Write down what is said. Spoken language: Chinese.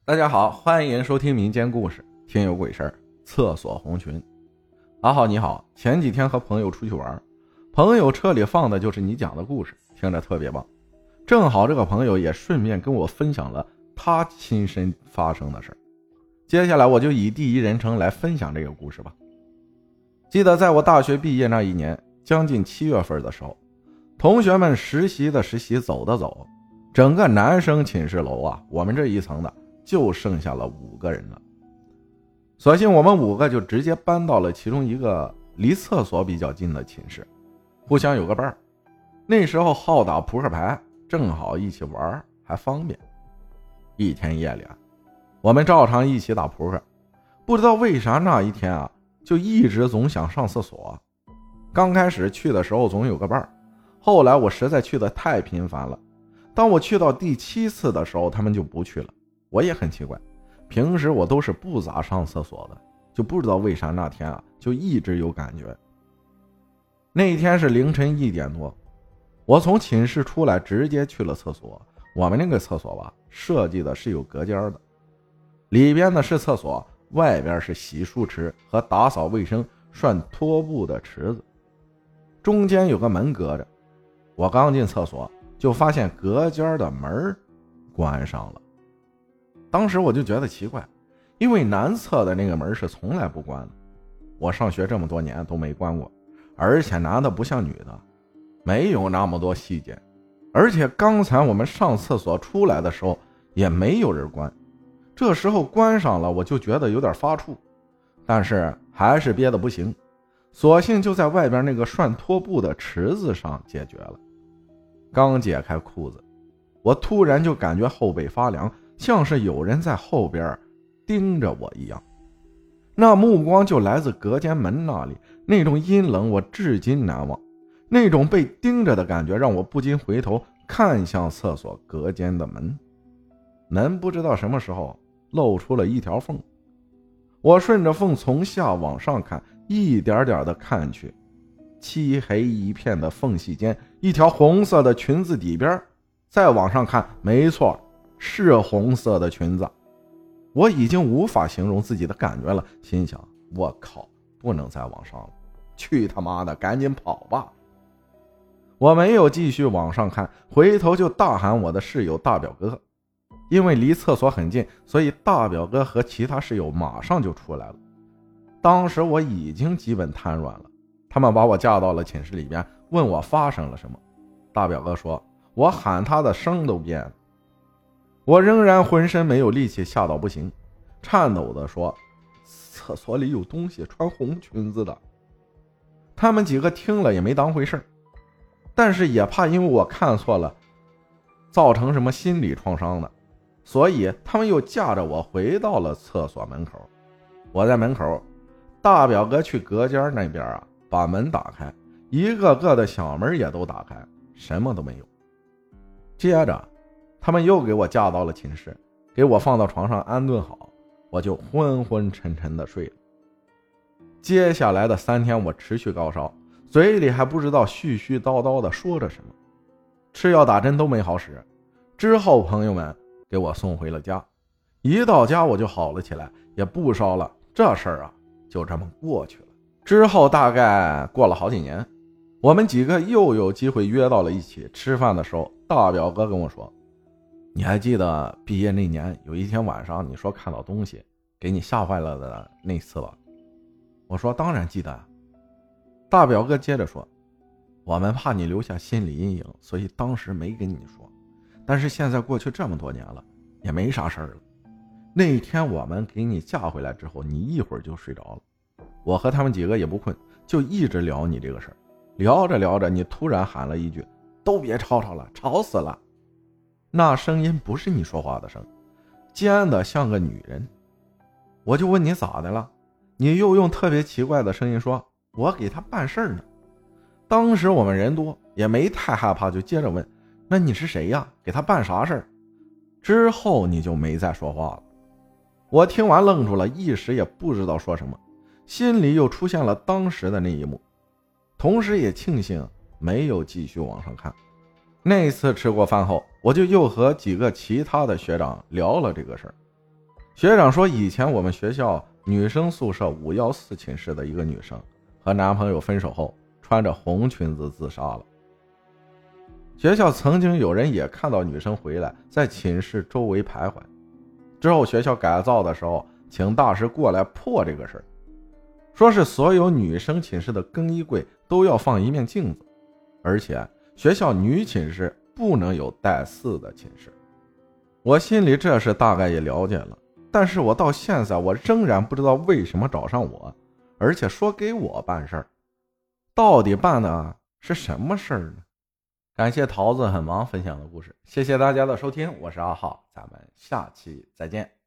大家好，欢迎收听民间故事，听有鬼事儿，厕所红裙。阿浩你好，前几天和朋友出去玩，朋友车里放的就是你讲的故事，听着特别棒。正好这个朋友也顺便跟我分享了他亲身发生的事儿。接下来我就以第一人称来分享这个故事吧。记得在我大学毕业那一年，将近7月份的时候，同学们实习的实习，走的走，整个男生寝室楼啊，我们这一层的就剩下了5个人了。索性我们5个就直接搬到了其中一个离厕所比较近的寝室，互相有个伴儿。那时候好打扑克牌，正好一起玩还方便。一天夜里啊，我们照常一起打扑克，不知道为啥那一天啊，就一直总想上厕所。刚开始去的时候总有个伴儿，后来我实在去的太频繁了，当我去到第7次的时候，他们就不去了。我也很奇怪，平时我都是不咋上厕所的，就不知道为啥那天啊就一直有感觉。那一天是凌晨1点多，我从寝室出来直接去了厕所。我们那个厕所吧，设计的是有隔间的，里边呢是厕所，外边是洗漱池和打扫卫生涮拖布的池子，中间有个门隔着。我刚进厕所就发现隔间的门关上了。当时我就觉得奇怪，因为男厕的那个门是从来不关的，我上学这么多年都没关过，而且男的不像女的，没有那么多细节，而且刚才我们上厕所出来的时候也没有人关，这时候关上了，我就觉得有点发怵，但是还是憋得不行，索性就在外边那个涮拖布的池子上解决了。刚解开裤子，我突然就感觉后背发凉，像是有人在后边盯着我一样，那目光就来自隔间门那里，那种阴冷我至今难忘，那种被盯着的感觉让我不禁回头看向厕所隔间的门。门不知道什么时候露出了一条缝，我顺着缝从下往上看，一点点的看去，漆黑一片的缝隙间，一条红色的裙子底边，再往上看，没错，是红色的裙子。我已经无法形容自己的感觉了，心想我靠，不能再往上了，去他妈的，赶紧跑吧。我没有继续往上看，回头就大喊我的室友大表哥，因为离厕所很近，所以大表哥和其他室友马上就出来了。当时我已经基本瘫软了，他们把我架到了寝室里边，问我发生了什么。大表哥说我喊他的声都变了。我仍然浑身没有力气，吓到不行，颤抖地说厕所里有东西，穿红裙子的。他们几个听了也没当回事，但是也怕因为我看错了造成什么心理创伤的，所以他们又架着我回到了厕所门口。我在门口，大表哥去隔间那边啊，把门打开，一个个的小门也都打开，什么都没有。接着他们又给我架到了寝室，给我放到床上安顿好，我就昏昏沉沉的睡了。接下来的3天我持续高烧，嘴里还不知道絮絮叨叨的说着什么，吃药打针都没好使。之后朋友们给我送回了家，一到家我就好了起来，也不烧了，这事儿啊就这么过去了。之后大概过了好几年，我们几个又有机会约到了一起吃饭的时候，大表哥跟我说，你还记得毕业那年有一天晚上你说看到东西给你吓坏了的那次吧？我说当然记得。大表哥接着说，我们怕你留下心理阴影，所以当时没跟你说，但是现在过去这么多年了，也没啥事儿了。那天我们给你架回来之后，你一会儿就睡着了，我和他们几个也不困，就一直聊你这个事儿。聊着聊着，你突然喊了一句，都别吵吵了，吵死了。那声音不是你说话的声，尖的像个女人。我就问你咋的了，你又用特别奇怪的声音说我给他办事儿呢。当时我们人多也没太害怕，就接着问，那你是谁呀？给他办啥事儿？之后你就没再说话了。我听完愣住了，一时也不知道说什么，心里又出现了当时的那一幕，同时也庆幸没有继续往上看。那次吃过饭后，我就又和几个其他的学长聊了这个事儿。 学长说，以前我们学校女生宿舍514寝室的一个女生和男朋友分手后，穿着红裙子自杀了。学校曾经有人也看到女生回来，在寝室周围徘徊。之后学校改造的时候，请大师过来破这个事儿，说是所有女生寝室的更衣柜都要放一面镜子，而且学校女寝室不能有带4的寝室。我心里这是大概也了解了，但是我到现在我仍然不知道为什么找上我，而且说给我办事儿，到底办的是什么事儿呢？感谢桃子很忙分享的故事，谢谢大家的收听，我是阿浩，咱们下期再见。